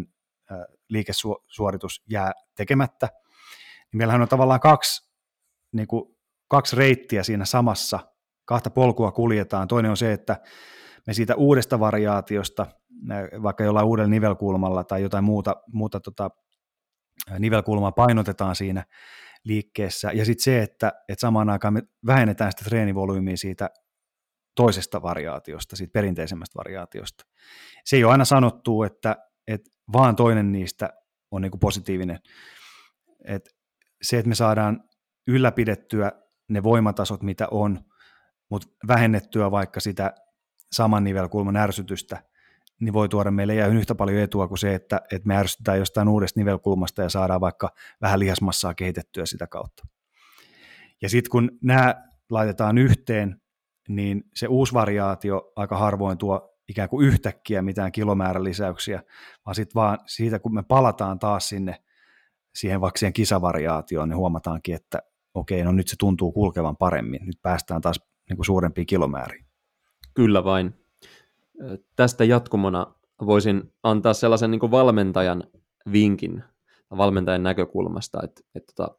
liikesuoritus jää tekemättä. Niin meillähän on tavallaan kaksi, niin kuin, kaksi reittiä siinä samassa, kahta polkua kuljetaan. Toinen on se, että me siitä uudesta variaatiosta, vaikka jollain uudella nivelkulmalla tai jotain muuta, muuta tota, nivelkulmaa painotetaan siinä liikkeessä, ja sitten se, että, että samaan aikaan me vähennetään sitä treenivolyymiä siitä toisesta variaatiosta, siitä perinteisemmästä variaatiosta. Se ei ole aina sanottu, että, että vaan toinen niistä on niin kuin positiivinen. Että se, että me saadaan ylläpidettyä ne voimatasot, mitä on, mutta vähennettyä vaikka sitä saman nivelkulman ärsytystä, niin voi tuoda meille ihan yhtä paljon etua kuin se, että, että me ärsytetään jostain uudesta nivelkulmasta ja saadaan vaikka vähän lihasmassaa kehitettyä sitä kautta. Ja sitten kun nämä laitetaan yhteen, niin se uusi variaatio aika harvoin tuo ikään kuin yhtäkkiä mitään kilomäärän lisäyksiä, vaan sitten vaan siitä, kun me palataan taas sinne siihen vaikka siihen kisavariaatioon, niin huomataankin, että okei, no nyt se tuntuu kulkevan paremmin, nyt päästään taas niin kuin suurempiin kilomääriin. Kyllä vain. Tästä jatkumona voisin antaa sellaisen niin kuin valmentajan vinkin, valmentajan näkökulmasta, että, että, että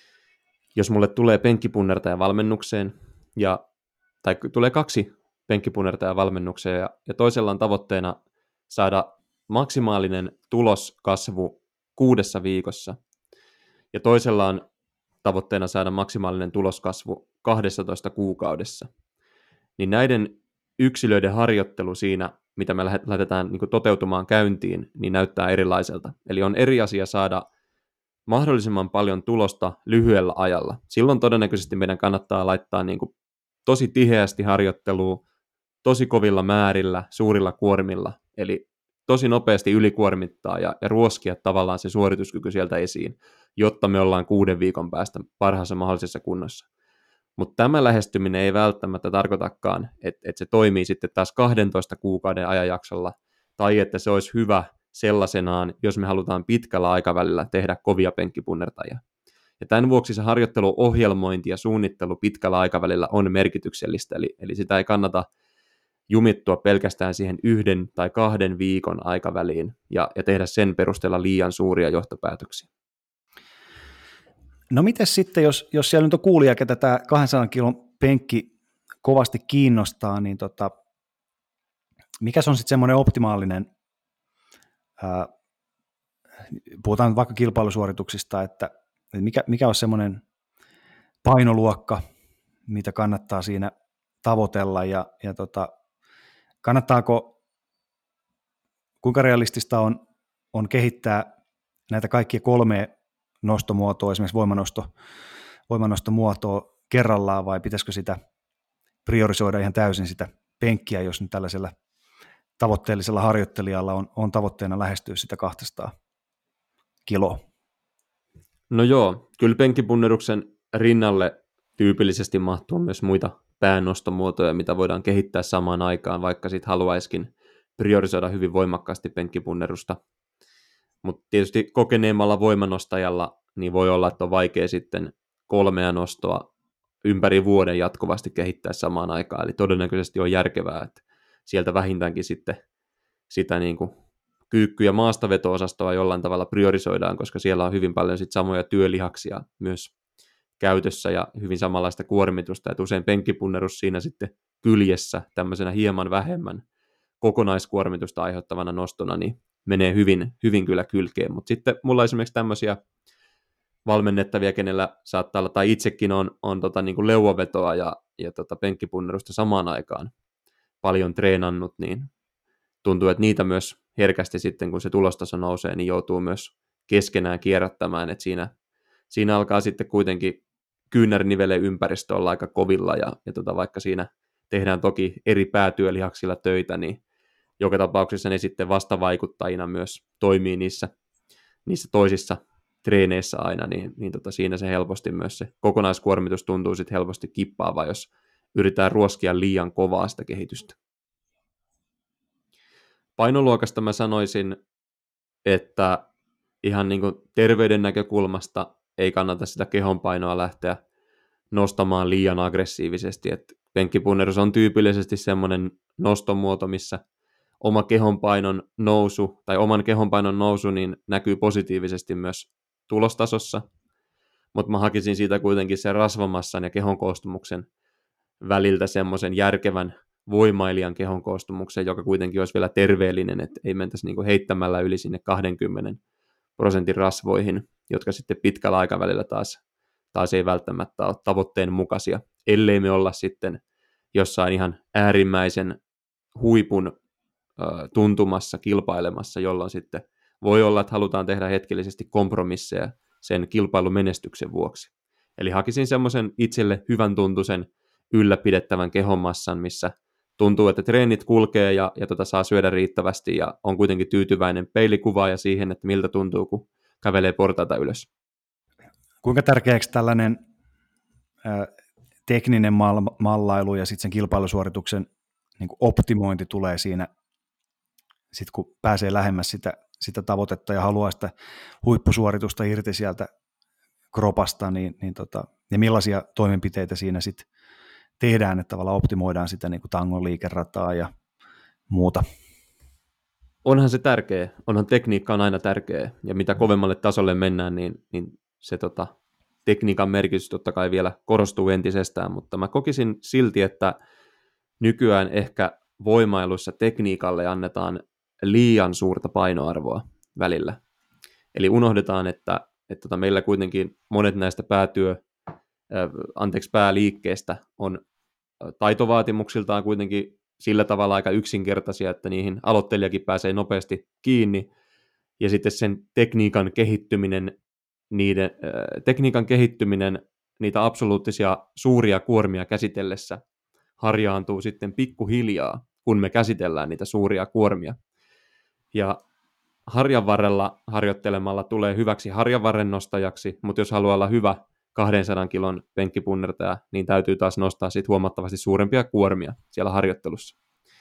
jos mulle tulee penkkipunnertaja valmennukseen, ja, tai tulee kaksi penkkipunnertaja valmennukseen, ja, ja toisella on tavoitteena saada maksimaalinen tuloskasvu kuudessa viikossa, ja toisella on tavoitteena saada maksimaalinen tuloskasvu kahdessatoista kuukaudessa, niin näiden yksilöiden harjoittelu siinä, mitä me lähdetään niin kuin toteutumaan käyntiin, niin näyttää erilaiselta. Eli on eri asia saada mahdollisimman paljon tulosta lyhyellä ajalla. Silloin todennäköisesti meidän kannattaa laittaa niin kuin tosi tiheästi harjoittelua, tosi kovilla määrillä, suurilla kuormilla, eli tosi nopeasti ylikuormittaa ja, ja ruoskia tavallaan se suorituskyky sieltä esiin, jotta me ollaan kuuden viikon päästä parhaassa mahdollisessa kunnossa. Mutta tämä lähestyminen ei välttämättä tarkoitakaan, että, että se toimii sitten taas kahdentoista kuukauden ajanjaksolla, tai että se olisi hyvä sellaisenaan, jos me halutaan pitkällä aikavälillä tehdä kovia penkkipunnertajia. Ja tämän vuoksi se harjoitteluohjelmointi ja suunnittelu pitkällä aikavälillä on merkityksellistä, eli, eli sitä ei kannata jumittua pelkästään siihen yhden tai kahden viikon aikaväliin ja, ja tehdä sen perusteella liian suuria johtopäätöksiä. No mites sitten, jos, jos siellä nyt on kuulija, ketä tämä kahdensadan kilon penkki kovasti kiinnostaa, niin tota, mikä se on sitten semmoinen optimaalinen, ää, puhutaan vaikka kilpailusuorituksista, että mikä, mikä on semmoinen painoluokka, mitä kannattaa siinä tavoitella, ja, ja tota, kannattaako, kuinka realistista on, on kehittää näitä kaikkia kolmea nostomuotoa, esimerkiksi voimanosto, voimanostomuotoa kerrallaan, vai pitäisikö sitä priorisoida ihan täysin sitä penkkiä, jos nyt tällaisella tavoitteellisella harjoittelijalla on, on tavoitteena lähestyä sitä kaksisataa kiloa? No joo, kyllä penkkipunneruksen rinnalle tyypillisesti mahtuu myös muita päänostomuotoja, mitä voidaan kehittää samaan aikaan, vaikka sitten haluaisikin priorisoida hyvin voimakkaasti penkkipunnerusta. Mutta tietysti kokeneemmalla voimanostajalla niin voi olla, että on vaikea sitten kolmea nostoa ympäri vuoden jatkuvasti kehittää samaan aikaan. Eli todennäköisesti on järkevää, että sieltä vähintäänkin sitten sitä niin kuin kyykky- ja maastaveto-osastoa jollain tavalla priorisoidaan, koska siellä on hyvin paljon sit samoja työlihaksia myös käytössä ja hyvin samanlaista kuormitusta. Että usein penkkipunnerus siinä sitten kyljessä tämmöisenä hieman vähemmän kokonaiskuormitusta aiheuttavana nostona, niin menee hyvin, hyvin kyllä kylkeen, mutta sitten mulla on esimerkiksi tämmöisiä valmennettavia, kenellä saattaa olla, tai itsekin on, on tota, niin kuin leuavetoa ja, ja tota, penkkipunnerusta samaan aikaan paljon treenannut, niin tuntuu, että niitä myös herkästi sitten, kun se tulostaso nousee, niin joutuu myös keskenään kierrättämään, että siinä, siinä alkaa sitten kuitenkin kyynärnivelen ympäristö olla aika kovilla, ja, ja tota, vaikka siinä tehdään toki eri päätyölihaksilla töitä, niin joka tapauksessa ne sitten vastavaikuttajina myös toimii niissä, niissä toisissa treeneissä aina, niin, niin tota siinä se helposti myös se kokonaiskuormitus tuntuu sitten helposti kippaava, jos yritetään ruoskia liian kovaa sitä kehitystä. Painoluokasta mä sanoisin, että ihan niin kuin terveyden näkökulmasta ei kannata sitä kehonpainoa lähteä nostamaan liian aggressiivisesti, että penkkipunnerus on tyypillisesti semmoinen nostomuoto, missä oma kehonpainon nousu tai oman kehonpainon nousu niin näkyy positiivisesti myös tulostasossa, mutta mä hakisin siitä kuitenkin sen rasvamassan ja kehon koostumuksen väliltä semmoisen järkevän voimailijan kehon koostumuksen, joka kuitenkin olisi vielä terveellinen, että ei mentäisi niinku heittämällä yli sinne kaksikymmentä prosentin rasvoihin, jotka sitten pitkällä aikavälillä taas, taas ei välttämättä ole tavoitteen mukaisia, ellei me olla sitten jossain ihan äärimmäisen huipun ö, tuntumassa kilpailemassa, jolloin sitten voi olla, että halutaan tehdä hetkellisesti kompromisseja sen kilpailumenestyksen vuoksi. Eli hakisin semmoisen itselle hyvän tuntuisen ylläpidettävän kehonmassan, missä tuntuu, että treenit kulkee ja, ja tota saa syödä riittävästi ja on kuitenkin tyytyväinen peilikuvaan ja siihen, että miltä tuntuu, kun kävelee portaita ylös. Kuinka tärkeäksi tällainen ä, tekninen mal- mallailu ja sitten sen kilpailusuorituksen niin kuin optimointi tulee siinä, sit kun pääsee lähemmäs sitä, sitä tavoitetta ja haluaa sitä huippusuoritusta irti sieltä kropasta, niin, niin tota, ja millaisia toimenpiteitä siinä sitten tehdään, että tavallaan optimoidaan sitä niin kuin tangon liikerataa ja muuta. Onhan se tärkeä, onhan tekniikka on aina tärkeä, ja mitä kovemmalle tasolle mennään, niin, niin se tota, tekniikan merkitys totta kai vielä korostuu entisestään, mutta mä kokisin silti, että nykyään ehkä voimailuissa tekniikalle annetaan liian suurta painoarvoa välillä. Eli unohdetaan, että, että tota, meillä kuitenkin monet näistä päätyö, äh, anteeksi, pääliikkeestä on taitovaatimuksiltaan kuitenkin sillä tavalla aika yksinkertaisia, että niihin aloittelijakin pääsee nopeasti kiinni, ja sitten sen tekniikan kehittyminen, niiden, äh, tekniikan kehittyminen niitä absoluuttisia suuria kuormia käsitellessä harjaantuu sitten pikkuhiljaa, kun me käsitellään niitä suuria kuormia. Ja harjan varrella harjoittelemalla tulee hyväksi harjanvarren nostajaksi, mutta jos haluaa olla hyvä kahdensadan kilon penkkipunnertaja, niin täytyy taas nostaa sit huomattavasti suurempia kuormia siellä harjoittelussa.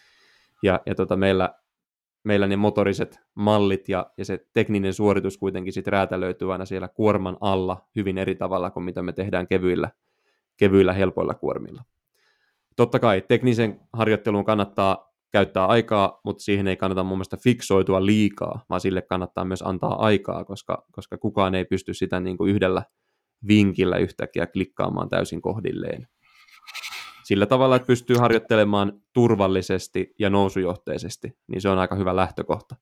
Ja, ja tota meillä, meillä ne motoriset mallit ja, ja se tekninen suoritus kuitenkin sit räätälöityy aina siellä kuorman alla hyvin eri tavalla kuin mitä me tehdään kevyillä, kevyillä helpoilla kuormilla. Totta kai teknisen harjoitteluun kannattaa käyttää aikaa, mutta siihen ei kannata mun mielestä fiksoitua liikaa, vaan sille kannattaa myös antaa aikaa, koska, koska kukaan ei pysty sitä niin kuin yhdellä vinkillä yhtäkkiä klikkaamaan täysin kohdilleen. Sillä tavalla, että pystyy harjoittelemaan turvallisesti ja nousujohteisesti, niin se on aika hyvä lähtökohta.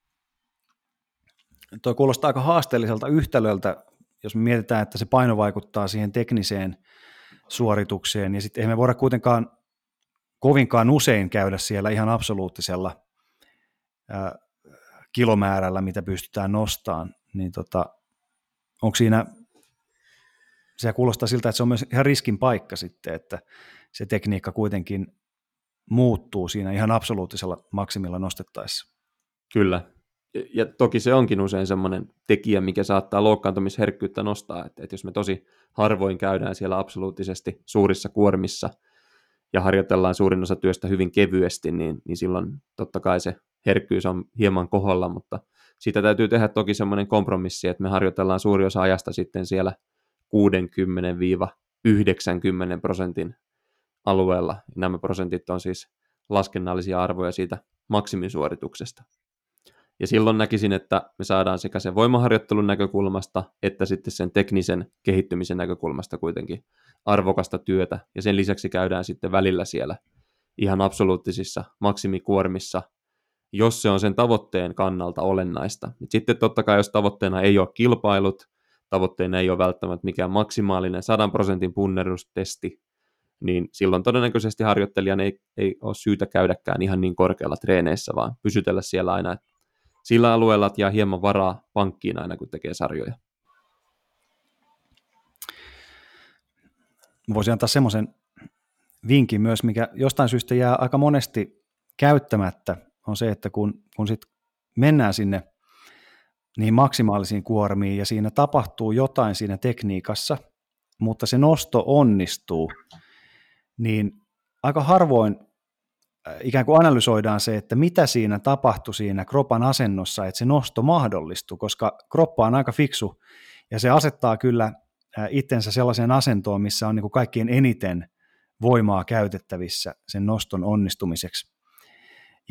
Tuo kuulostaa aika haasteelliselta yhtälöltä, jos me mietitään, että se paino vaikuttaa siihen tekniseen suoritukseen, ja sitten eihän me voida kuitenkaan kovinkaan usein käydä siellä ihan absoluuttisella ää, kilomäärällä, mitä pystytään nostamaan, niin tota, onko siinä, se kuulostaa siltä, että se on myös ihan riskin paikka sitten, että se tekniikka kuitenkin muuttuu siinä ihan absoluuttisella maksimilla nostettaessa. Kyllä, ja toki se onkin usein semmoinen tekijä, mikä saattaa loukkaantumisherkkyyttä nostaa, että, että jos me tosi harvoin käydään siellä absoluuttisesti suurissa kuormissa, ja harjoitellaan suurin osa työstä hyvin kevyesti, niin, niin silloin totta kai se herkkyys on hieman koholla, mutta siitä täytyy tehdä toki semmoinen kompromissi, että me harjoitellaan suuri osa ajasta sitten siellä kuusikymmentä yhdeksänkymmentä prosentin alueella. Nämä prosentit on siis laskennallisia arvoja siitä maksimisuorituksesta. Ja silloin näkisin, että me saadaan sekä sen voimaharjoittelun näkökulmasta, että sitten sen teknisen kehittymisen näkökulmasta kuitenkin arvokasta työtä, ja sen lisäksi käydään sitten välillä siellä ihan absoluuttisissa maksimikuormissa, jos se on sen tavoitteen kannalta olennaista. Sitten totta kai, jos tavoitteena ei ole kilpailut, tavoitteena ei ole välttämättä mikään maksimaalinen sadan prosentin punnerustesti, niin silloin todennäköisesti harjoittelijan ei, ei ole syytä käydäkään ihan niin korkealla treeneissä, vaan pysytellä siellä aina sillä alueella, että jää hieman varaa pankkiin aina, kun tekee sarjoja. Voisin antaa semmoisen vinkin myös, mikä jostain syystä jää aika monesti käyttämättä, on se, että kun, kun sit mennään sinne niihin maksimaalisiin kuormiin ja siinä tapahtuu jotain siinä tekniikassa, mutta se nosto onnistuu, niin aika harvoin ikään kuin analysoidaan se, että mitä siinä tapahtui siinä kropan asennossa, että se nosto mahdollistui, koska kroppa on aika fiksu ja se asettaa kyllä itsensä sellaiseen asentoon, missä on niin kuin kaikkein eniten voimaa käytettävissä sen noston onnistumiseksi. Ja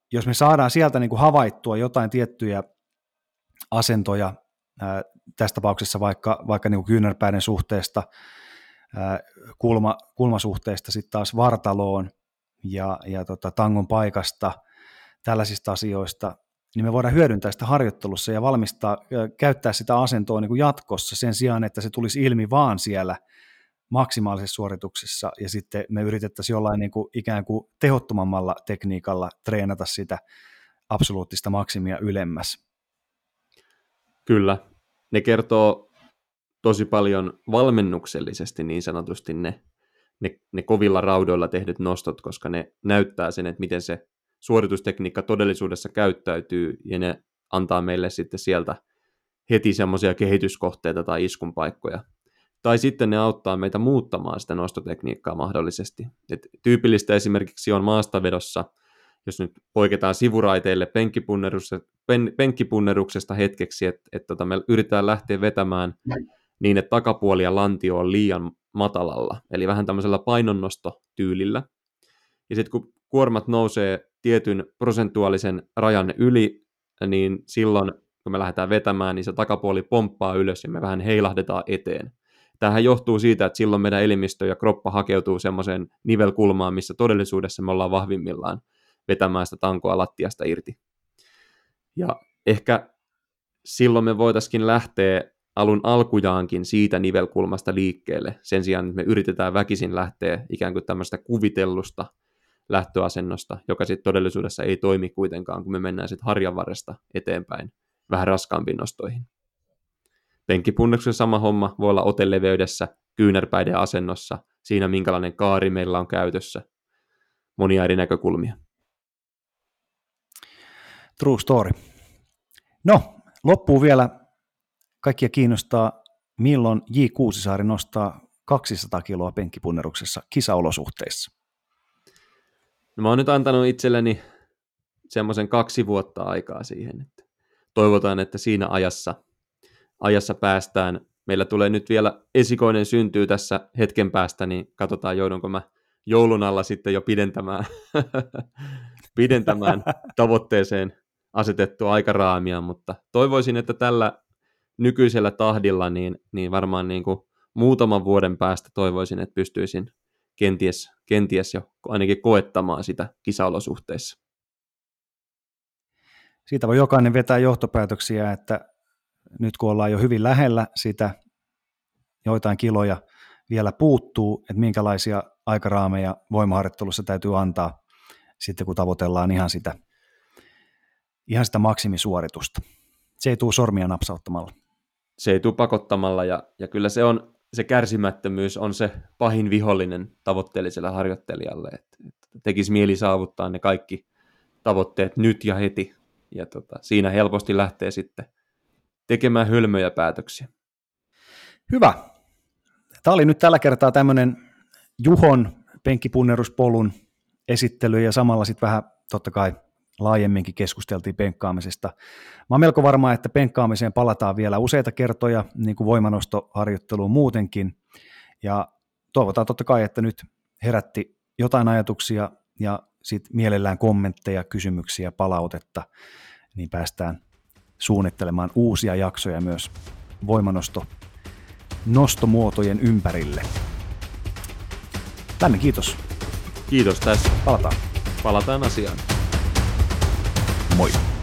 jos me saadaan sieltä niin kuin havaittua jotain tiettyjä asentoja, ää, tässä tapauksessa vaikka, vaikka niin kuin kyynärpäiden suhteesta, ää, kulma, kulmasuhteesta sitten taas vartaloon ja, ja tota, tangon paikasta, tällaisista asioista, niin me voidaan hyödyntää sitä harjoittelussa ja valmistaa, käyttää sitä asentoa niin kuin jatkossa sen sijaan, että se tulisi ilmi vaan siellä maksimaalisessa suorituksessa ja sitten me yritettäisiin jollain niin kuin ikään kuin tehottomammalla tekniikalla treenata sitä absoluuttista maksimia ylemmäs. Kyllä, ne kertoo tosi paljon valmennuksellisesti niin sanotusti ne, ne, ne kovilla raudoilla tehdyt nostot, koska ne näyttää sen, että miten se suoritustekniikka todellisuudessa käyttäytyy, ja ne antaa meille sitten sieltä heti semmoisia kehityskohteita tai iskunpaikkoja. Tai sitten ne auttaa meitä muuttamaan sitä nostotekniikkaa mahdollisesti. Et tyypillistä esimerkiksi on maastavedossa, jos nyt poiketaan sivuraiteille pen, penkkipunneruksesta hetkeksi, että et tota me yritetään lähteä vetämään niin, että takapuoli ja lantio on liian matalalla, eli vähän tämmöisellä painonnostotyylillä. Ja sitten kun kuormat nousee tietyn prosentuaalisen rajan yli, niin silloin kun me lähdetään vetämään, niin se takapuoli pomppaa ylös ja me vähän heilahdetaan eteen. Tämähän johtuu siitä, että silloin meidän elimistö ja kroppa hakeutuu semmoiseen nivelkulmaan, missä todellisuudessa me ollaan vahvimmillaan vetämään sitä tankoa lattiasta irti. Ja ehkä silloin me voitaisiin lähteä alun alkujaankin siitä nivelkulmasta liikkeelle, sen sijaan, että me yritetään väkisin lähteä ikään kuin tämmöistä kuvitellusta lähtöasennosta, joka sitten todellisuudessa ei toimi kuitenkaan, kun me mennään sitten harjanvarresta eteenpäin vähän raskaampiin nostoihin. Penkkipunneksen sama homma voi olla oteleveydessä, kyynärpäiden asennossa, siinä minkälainen kaari meillä on käytössä. Monia eri näkökulmia. True story. No, loppuu vielä. Kaikkia kiinnostaa, milloin J. Kuusisaari nostaa kaksisataa kiloa penkkipunneruksessa kisaolosuhteissa. No, mä oon nyt antanut itselleni semmoisen kaksi vuotta aikaa siihen, että toivotaan, että siinä ajassa, ajassa päästään. Meillä tulee nyt vielä esikoinen syntyy tässä hetken päästä, niin katsotaan, joudunko mä joulun alla sitten jo pidentämään, pidentämään tavoitteeseen asetettua aikaraamia, mutta toivoisin, että tällä nykyisellä tahdilla niin, niin varmaan niin kuin muutaman vuoden päästä toivoisin, että pystyisin kenties, kenties jo ainakin koettamaan sitä kisaolosuhteissa. Siitä voi jokainen vetää johtopäätöksiä, että nyt kun ollaan jo hyvin lähellä sitä, joitain kiloja vielä puuttuu, että minkälaisia aikaraameja voimaharjoittelussa täytyy antaa sitten, kun tavoitellaan ihan sitä, ihan sitä maksimisuoritusta. Se ei tule sormia napsauttamalla. Se ei tule pakottamalla, ja, ja kyllä se on, se kärsimättömyys on se pahin vihollinen tavoitteelliselle harjoittelijalle, että, että tekisi mieli saavuttaa ne kaikki tavoitteet nyt ja heti, ja tota, siinä helposti lähtee sitten tekemään hölmöjä päätöksiä. Hyvä. Tämä oli nyt tällä kertaa tämmöinen Juhon penkkipunneruspolun esittely, ja samalla sitten vähän totta kai laajemminkin keskusteltiin penkkaamisesta. Mä oon melko varma, että penkkaamiseen palataan vielä useita kertoja, niin kuin voimanostoharjoitteluun muutenkin, ja toivotaan totta kai, että nyt herätti jotain ajatuksia, ja sitten mielellään kommentteja, kysymyksiä, palautetta, niin päästään suunnittelemaan uusia jaksoja myös voimanosto nostomuotojen ympärille. Lämmin kiitos. Kiitos tässä. Palataan. Palataan asiaan. Moi.